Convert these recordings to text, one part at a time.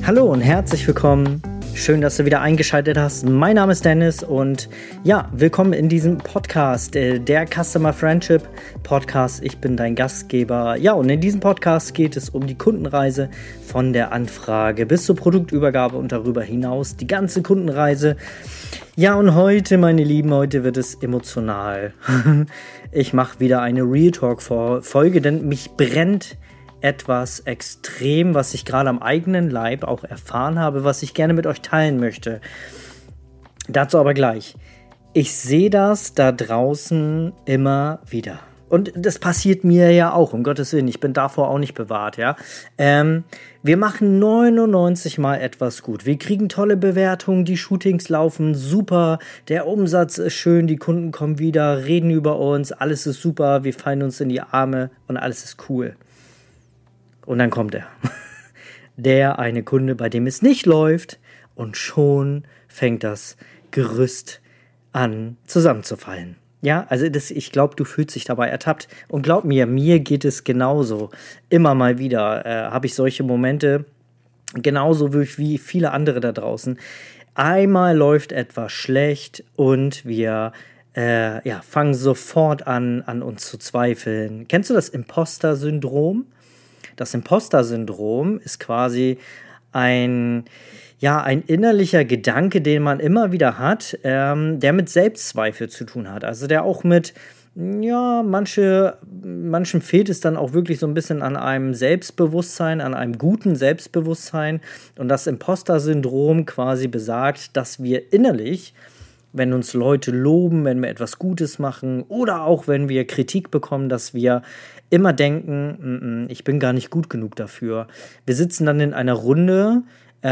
Hallo und herzlich willkommen. Schön, dass du wieder eingeschaltet hast. Mein Name ist Dennis und ja, willkommen in diesem Podcast, der Customer Friendship Podcast. Ich bin dein Gastgeber. Ja, und in diesem Podcast geht es um die Kundenreise von der Anfrage bis zur Produktübergabe und darüber hinaus die ganze Kundenreise. Ja, und heute, meine Lieben, heute wird es emotional. Ich mache wieder eine Real Talk Folge, denn mich brennt etwas extrem, was ich gerade am eigenen Leib auch erfahren habe, was ich gerne mit euch teilen möchte. Dazu aber gleich. Ich sehe das da draußen immer wieder. Und das passiert mir ja auch, um Gottes Willen. Ich bin davor auch nicht bewahrt, ja. Wir machen 99 Mal etwas gut. Wir kriegen tolle Bewertungen, die Shootings laufen super, der Umsatz ist schön, die Kunden kommen wieder, reden über uns, alles ist super, wir fallen uns in die Arme und alles ist cool. Und dann kommt er. Der eine Kunde, bei dem es nicht läuft und schon fängt das Gerüst an zusammenzufallen. Ja, also ich glaube, du fühlst dich dabei ertappt. Und glaub mir geht es genauso. Immer mal wieder habe ich solche Momente, genauso wie viele andere da draußen. Einmal läuft etwas schlecht und wir fangen sofort an uns zu zweifeln. Kennst du das Imposter-Syndrom? Das Imposter-Syndrom ist quasi ein innerlicher Gedanke, den man immer wieder hat, der mit Selbstzweifel zu tun hat. Also der auch mit, manchen fehlt es dann auch wirklich so ein bisschen an einem Selbstbewusstsein, an einem guten Selbstbewusstsein. Und das Imposter-Syndrom quasi besagt, dass wir innerlich, wenn uns Leute loben, wenn wir etwas Gutes machen oder auch wenn wir Kritik bekommen, dass wir immer denken, ich bin gar nicht gut genug dafür. Wir sitzen dann in einer Runde,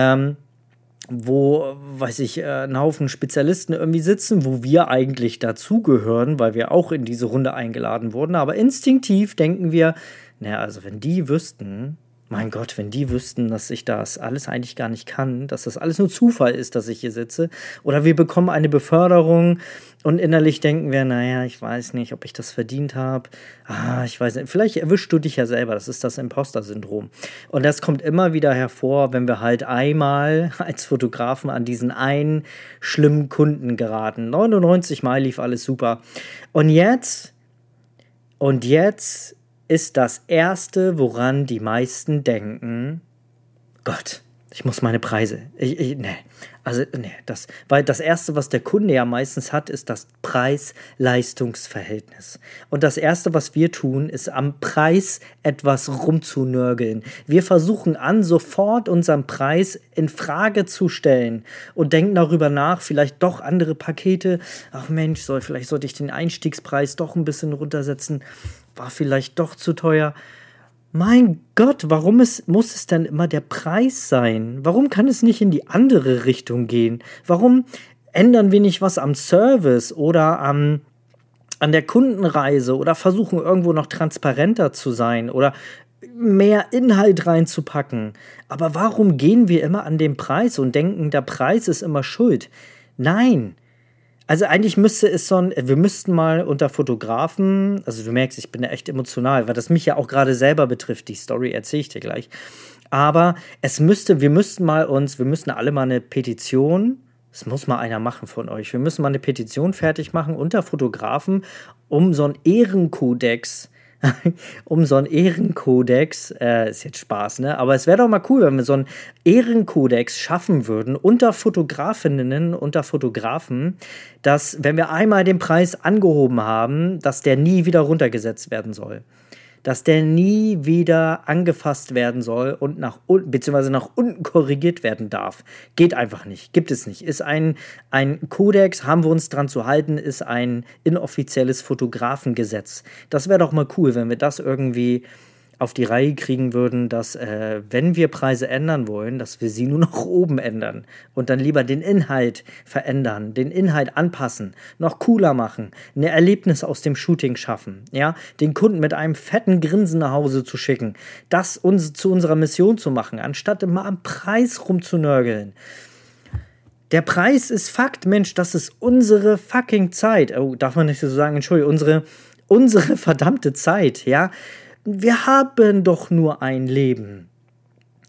wo, ein Haufen Spezialisten irgendwie sitzen, wo wir eigentlich dazugehören, weil wir auch in diese Runde eingeladen wurden. Aber instinktiv denken wir, also wenn die wüssten, mein Gott, wenn die wüssten, dass ich das alles eigentlich gar nicht kann, dass das alles nur Zufall ist, dass ich hier sitze. Oder wir bekommen eine Beförderung und innerlich denken wir, ich weiß nicht, ob ich das verdient habe. Ich weiß nicht, vielleicht erwischst du dich ja selber, das ist das Imposter-Syndrom. Und das kommt immer wieder hervor, wenn wir halt einmal als Fotografen an diesen einen schlimmen Kunden geraten. 99 Mal lief alles super. Und jetzt ist das Erste, woran die meisten denken, Gott, ich muss meine Preise, weil das Erste, was der Kunde ja meistens hat, ist das Preis-Leistungs-Verhältnis. Und das Erste, was wir tun, ist am Preis etwas rumzunörgeln. Wir versuchen sofort unseren Preis in Frage zu stellen und denken darüber nach, vielleicht doch andere Pakete, vielleicht sollte ich den Einstiegspreis doch ein bisschen runtersetzen, war vielleicht doch zu teuer. Mein Gott, warum muss es denn immer der Preis sein? Warum kann es nicht in die andere Richtung gehen? Warum ändern wir nicht was am Service oder an der Kundenreise oder versuchen irgendwo noch transparenter zu sein oder mehr Inhalt reinzupacken? Aber warum gehen wir immer an den Preis und denken, der Preis ist immer schuld? Nein. Also eigentlich wir müssten mal unter Fotografen, also du merkst, ich bin da echt emotional, weil das mich ja auch gerade selber betrifft, die Story erzähle ich dir gleich. Aber wir müssten alle mal eine Petition, das muss mal einer machen von euch, wir müssen mal eine Petition fertig machen unter Fotografen, um so einen Ehrenkodex, ist jetzt Spaß, ne? Aber es wäre doch mal cool, wenn wir so einen Ehrenkodex schaffen würden unter Fotografinnen, unter Fotografen, dass, wenn wir einmal den Preis angehoben haben, dass der nie wieder runtergesetzt werden soll. Dass der nie wieder angefasst werden soll und beziehungsweise nach unten korrigiert werden darf. Geht einfach nicht, gibt es nicht. Ist ein Kodex, haben wir uns dran zu halten, ist ein inoffizielles Fotografengesetz. Das wäre doch mal cool, wenn wir das irgendwie auf die Reihe kriegen würden, dass, wenn wir Preise ändern wollen, dass wir sie nur nach oben ändern und dann lieber den Inhalt verändern, den Inhalt anpassen, noch cooler machen, ein Erlebnis aus dem Shooting schaffen, ja, den Kunden mit einem fetten Grinsen nach Hause zu schicken, das uns zu unserer Mission zu machen, anstatt immer am Preis rumzunörgeln. Der Preis ist Fakt, Mensch, das ist unsere fucking Zeit. Oh, darf man nicht so sagen, Entschuldigung, unsere verdammte Zeit, ja. Wir haben doch nur ein Leben.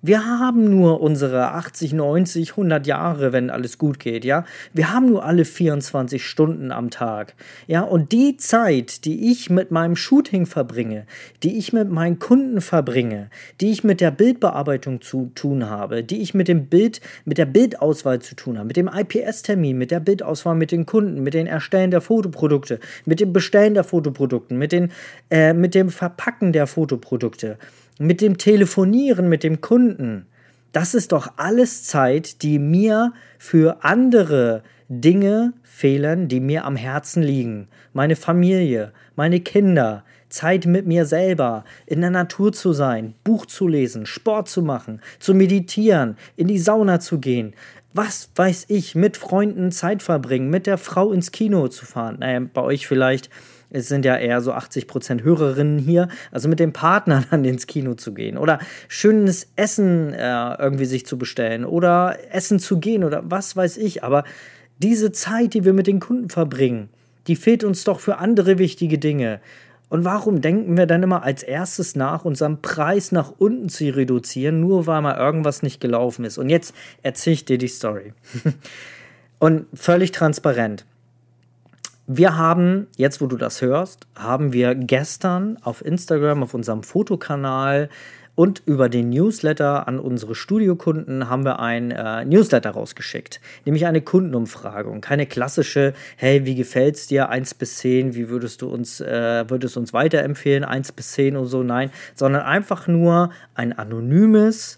Wir haben nur unsere 80, 90, 100 Jahre, wenn alles gut geht, ja. Wir haben nur alle 24 Stunden am Tag, ja. Und die Zeit, die ich mit meinem Shooting verbringe, die ich mit meinen Kunden verbringe, die ich mit der Bildbearbeitung zu tun habe, die ich mit der Bildauswahl zu tun habe, mit dem IPS-Termin, mit der Bildauswahl mit den Kunden, mit dem Erstellen der Fotoprodukte, mit dem Bestellen der Fotoprodukten, mit dem Verpacken der Fotoprodukte, mit dem Telefonieren mit dem Kunden, das ist doch alles Zeit, die mir für andere Dinge fehlen, die mir am Herzen liegen. Meine Familie, meine Kinder, Zeit mit mir selber, in der Natur zu sein, Buch zu lesen, Sport zu machen, zu meditieren, in die Sauna zu gehen. Was weiß ich, mit Freunden Zeit verbringen, mit der Frau ins Kino zu fahren. Naja, bei euch vielleicht. Es sind ja eher so 80% Hörerinnen hier, also mit dem Partner dann ins Kino zu gehen oder schönes Essen irgendwie sich zu bestellen oder essen zu gehen oder was weiß ich. Aber diese Zeit, die wir mit den Kunden verbringen, die fehlt uns doch für andere wichtige Dinge. Und warum denken wir dann immer als erstes nach, unseren Preis nach unten zu reduzieren, nur weil mal irgendwas nicht gelaufen ist? Und jetzt erzähle ich dir die Story. Und völlig transparent. Wir haben, jetzt wo du das hörst, haben wir gestern auf Instagram, auf unserem Fotokanal und über den Newsletter an unsere Studiokunden haben wir ein Newsletter rausgeschickt, nämlich eine Kundenumfrage und keine klassische, hey, wie gefällt's dir, 1 bis 10, wie würdest du uns weiterempfehlen, 1 bis 10 und so, nein, sondern einfach nur ein anonymes,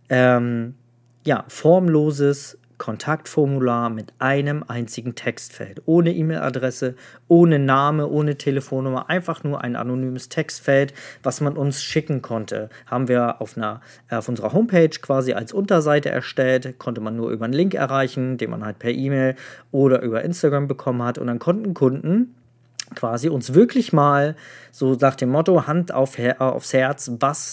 formloses Kontaktformular mit einem einzigen Textfeld, ohne E-Mail-Adresse, ohne Name, ohne Telefonnummer, einfach nur ein anonymes Textfeld, was man uns schicken konnte. Haben wir auf unserer Homepage quasi als Unterseite erstellt, konnte man nur über einen Link erreichen, den man halt per E-Mail oder über Instagram bekommen hat und dann konnten Kunden quasi uns wirklich mal so nach dem Motto Hand aufs Herz,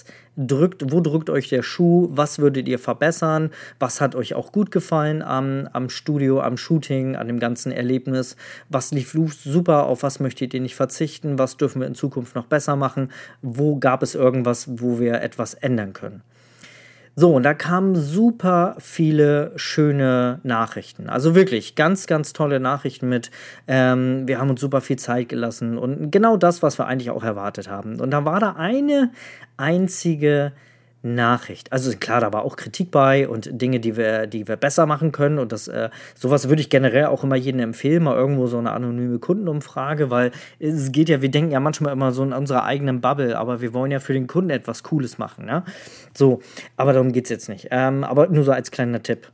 wo drückt euch der Schuh, was würdet ihr verbessern, was hat euch auch gut gefallen am Studio, am Shooting, an dem ganzen Erlebnis, was lief super, auf was möchtet ihr nicht verzichten, was dürfen wir in Zukunft noch besser machen, wo gab es irgendwas, wo wir etwas ändern können. So, und da kamen super viele schöne Nachrichten. Also wirklich ganz, ganz tolle Nachrichten mit. Wir haben uns super viel Zeit gelassen und genau das, was wir eigentlich auch erwartet haben. Und da war da eine einzige Nachricht. Also klar, da war auch Kritik bei und Dinge, die wir besser machen können. Und sowas würde ich generell auch immer jedem empfehlen, mal irgendwo so eine anonyme Kundenumfrage, weil es geht ja, wir denken ja manchmal immer so in unserer eigenen Bubble, aber wir wollen ja für den Kunden etwas Cooles machen, ne? So, aber darum geht es jetzt nicht. Aber nur so als kleiner Tipp.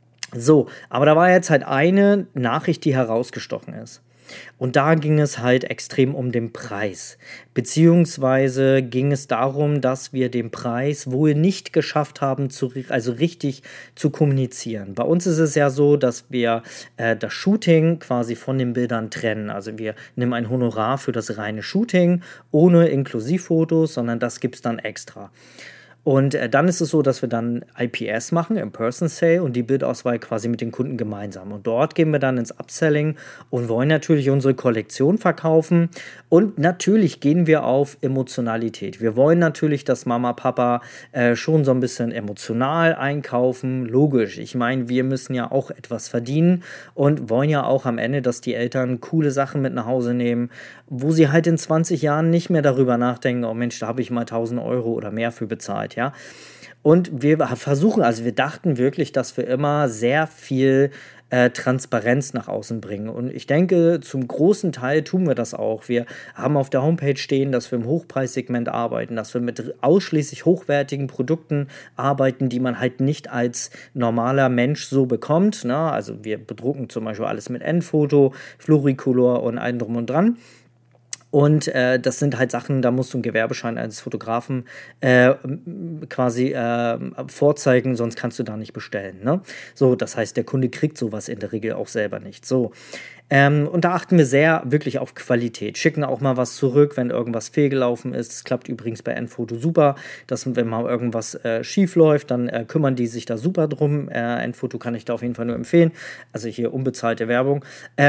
So, aber da war jetzt halt eine Nachricht, die herausgestochen ist. Und da ging es halt extrem um den Preis. Beziehungsweise ging es darum, dass wir den Preis wohl nicht geschafft haben, richtig zu kommunizieren. Bei uns ist es ja so, dass wir das Shooting quasi von den Bildern trennen. Also wir nehmen ein Honorar für das reine Shooting, ohne Inklusivfotos, sondern das gibt es dann extra. Und dann ist es so, dass wir dann IPS machen, In-Person Sale, und die Bildauswahl quasi mit den Kunden gemeinsam. Und dort gehen wir dann ins Upselling und wollen natürlich unsere Kollektion verkaufen. Und natürlich gehen wir auf Emotionalität. Wir wollen natürlich, dass Mama, Papa schon so ein bisschen emotional einkaufen. Logisch, ich meine, wir müssen ja auch etwas verdienen und wollen ja auch am Ende, dass die Eltern coole Sachen mit nach Hause nehmen, wo sie halt in 20 Jahren nicht mehr darüber nachdenken, oh Mensch, da habe ich mal 1.000 Euro oder mehr für bezahlt, ja. Und wir dachten wirklich, dass wir immer sehr viel Transparenz nach außen bringen. Und ich denke, zum großen Teil tun wir das auch. Wir haben auf der Homepage stehen, dass wir im Hochpreissegment arbeiten, dass wir mit ausschließlich hochwertigen Produkten arbeiten, die man halt nicht als normaler Mensch so bekommt, ne? Also wir bedrucken zum Beispiel alles mit Endfoto, Floricolor und allem drum und dran. Und das sind halt Sachen, da musst du einen Gewerbeschein eines Fotografen vorzeigen, sonst kannst du da nicht bestellen, ne? So, das heißt, der Kunde kriegt sowas in der Regel auch selber nicht. So. Und da achten wir sehr wirklich auf Qualität. Schicken auch mal was zurück, wenn irgendwas fehlgelaufen ist. Das klappt übrigens bei Endfoto super, dass wenn mal irgendwas schief läuft, dann kümmern die sich da super drum. Endfoto kann ich da auf jeden Fall nur empfehlen. Also hier unbezahlte Werbung.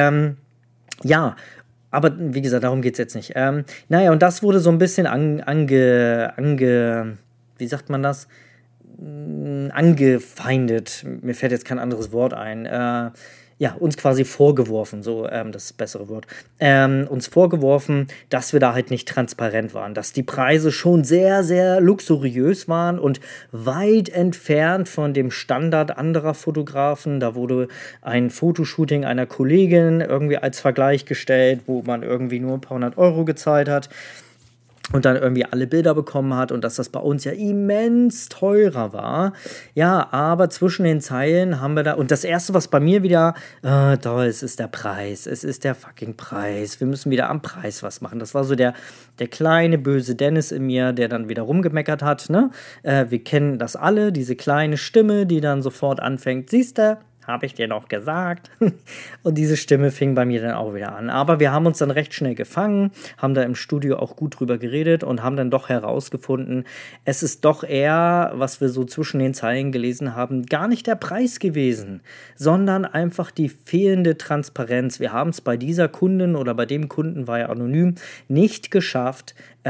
Aber wie gesagt, darum geht es jetzt nicht. Und das wurde so ein bisschen wie sagt man das? angefeindet, mir fällt jetzt kein anderes Wort ein, uns quasi vorgeworfen, das ist das bessere Wort, uns vorgeworfen, dass wir da halt nicht transparent waren, dass die Preise schon sehr, sehr luxuriös waren und weit entfernt von dem Standard anderer Fotografen. Da wurde ein Fotoshooting einer Kollegin irgendwie als Vergleich gestellt, wo man irgendwie nur ein paar 100 Euro gezahlt hat und dann irgendwie alle Bilder bekommen hat und dass das bei uns ja immens teurer war. Ja, aber zwischen den Zeilen haben wir da, und das Erste, was bei mir wieder, da ist der Preis, es ist der fucking Preis, wir müssen wieder am Preis was machen. Das war so der kleine, böse Dennis in mir, der dann wieder rumgemeckert hat, ne? Wir kennen das alle, diese kleine Stimme, die dann sofort anfängt, siehste, habe ich dir noch gesagt. Und diese Stimme fing bei mir dann auch wieder an. Aber wir haben uns dann recht schnell gefangen, haben da im Studio auch gut drüber geredet und haben dann doch herausgefunden, es ist doch eher, was wir so zwischen den Zeilen gelesen haben, gar nicht der Preis gewesen, sondern einfach die fehlende Transparenz. Wir haben es bei dieser Kundin oder bei dem Kunden, war ja anonym, nicht geschafft,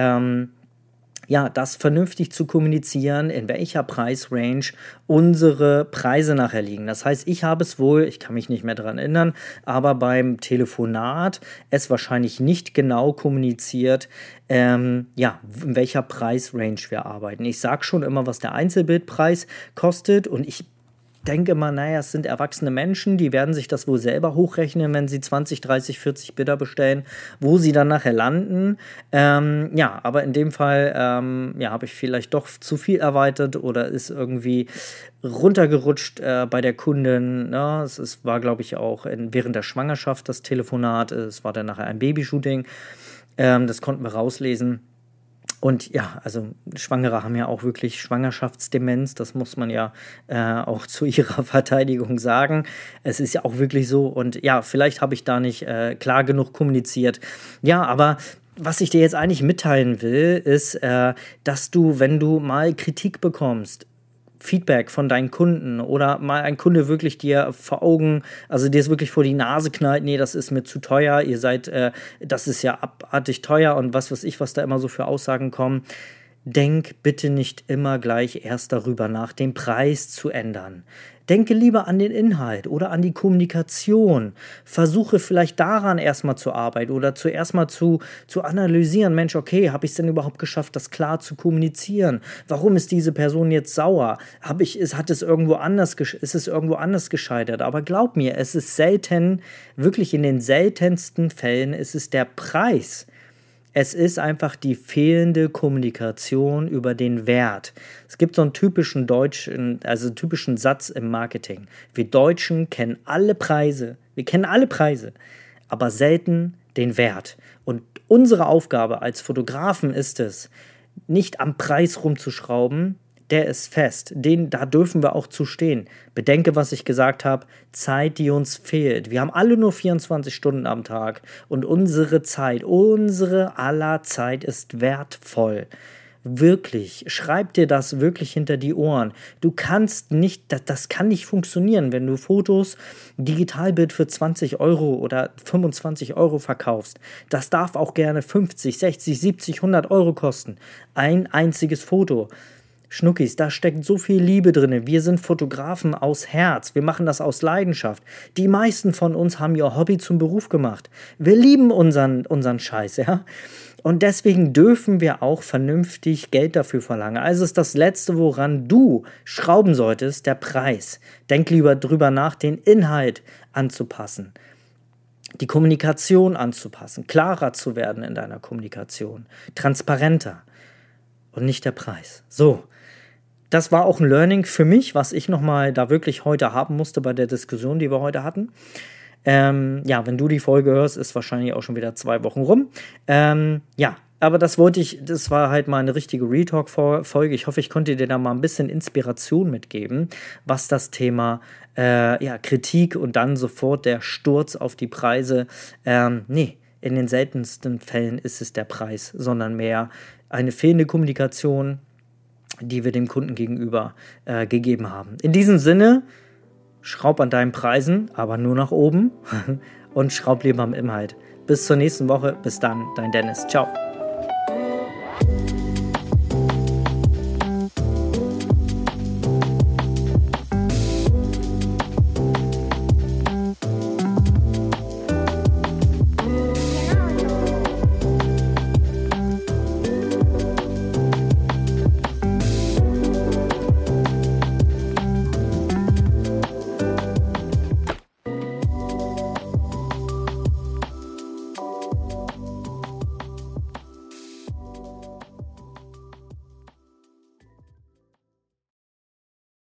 das vernünftig zu kommunizieren, in welcher Preisrange unsere Preise nachher liegen. Das heißt, ich habe es wohl, ich kann mich nicht mehr daran erinnern, aber beim Telefonat es wahrscheinlich nicht genau kommuniziert, in welcher Preisrange wir arbeiten. Ich sage schon immer, was der Einzelbildpreis kostet und ich denke mal, naja, es sind erwachsene Menschen, die werden sich das wohl selber hochrechnen, wenn sie 20, 30, 40 Bilder bestellen, wo sie dann nachher landen. Aber in dem Fall habe ich vielleicht doch zu viel erweitert oder ist irgendwie runtergerutscht bei der Kundin. Ja, es war, glaube ich, auch während der Schwangerschaft das Telefonat. Es war dann nachher ein Babyshooting. Das konnten wir rauslesen. Und ja, also Schwangere haben ja auch wirklich Schwangerschaftsdemenz, das muss man ja auch zu ihrer Verteidigung sagen. Es ist ja auch wirklich so und ja, vielleicht habe ich da nicht klar genug kommuniziert. Ja, aber was ich dir jetzt eigentlich mitteilen will, ist, dass du, wenn du mal Kritik bekommst, Feedback von deinen Kunden oder mal ein Kunde wirklich dir vor Augen, also dir es wirklich vor die Nase knallt, nee, das ist mir zu teuer, ihr seid, das ist ja abartig teuer und was weiß ich, was da immer so für Aussagen kommen. Denk bitte nicht immer gleich erst darüber nach, den Preis zu ändern. Denke lieber an den Inhalt oder an die Kommunikation. Versuche vielleicht daran erstmal zu arbeiten oder zuerst mal zu analysieren. Mensch, okay, habe ich es denn überhaupt geschafft, das klar zu kommunizieren? Warum ist diese Person jetzt sauer? Ist es irgendwo anders gescheitert? Aber glaub mir, es ist selten, wirklich in den seltensten Fällen ist es der Preis. Es ist einfach die fehlende Kommunikation über den Wert. Es gibt so einen typischen typischen Satz im Marketing. Wir Deutschen kennen alle Preise. Wir kennen alle Preise, aber selten den Wert. Und unsere Aufgabe als Fotografen ist es, nicht am Preis rumzuschrauben, der ist fest. Da dürfen wir auch zu stehen. Bedenke, was ich gesagt habe, Zeit, die uns fehlt. Wir haben alle nur 24 Stunden am Tag und unsere Zeit, unsere aller Zeit ist wertvoll. Wirklich, schreib dir das wirklich hinter die Ohren. Du kannst nicht, das kann nicht funktionieren, wenn du Fotos, Digitalbild für 20 Euro oder 25 Euro verkaufst. Das darf auch gerne 50, 60, 70, 100 Euro kosten. Ein einziges Foto. Schnuckis, da steckt so viel Liebe drin. Wir sind Fotografen aus Herz. Wir machen das aus Leidenschaft. Die meisten von uns haben ihr Hobby zum Beruf gemacht. Wir lieben unseren Scheiß, ja. Und deswegen dürfen wir auch vernünftig Geld dafür verlangen. Also ist das Letzte, woran du schrauben solltest, der Preis. Denk lieber drüber nach, den Inhalt anzupassen. Die Kommunikation anzupassen. Klarer zu werden in deiner Kommunikation. Transparenter. Und nicht der Preis. So. Das war auch ein Learning für mich, was ich nochmal da wirklich heute haben musste bei der Diskussion, die wir heute hatten. Wenn du die Folge hörst, ist wahrscheinlich auch schon wieder 2 Wochen rum. Aber das war halt mal eine richtige Retalk-Folge. Ich hoffe, ich konnte dir da mal ein bisschen Inspiration mitgeben, was das Thema Kritik und dann sofort der Sturz auf die Preise, in den seltensten Fällen ist es der Preis, sondern mehr eine fehlende Kommunikation, die wir dem Kunden gegenüber gegeben haben. In diesem Sinne, schraub an deinen Preisen, aber nur nach oben und schraub lieber am Inhalt. Bis zur nächsten Woche. Bis dann, dein Dennis. Ciao.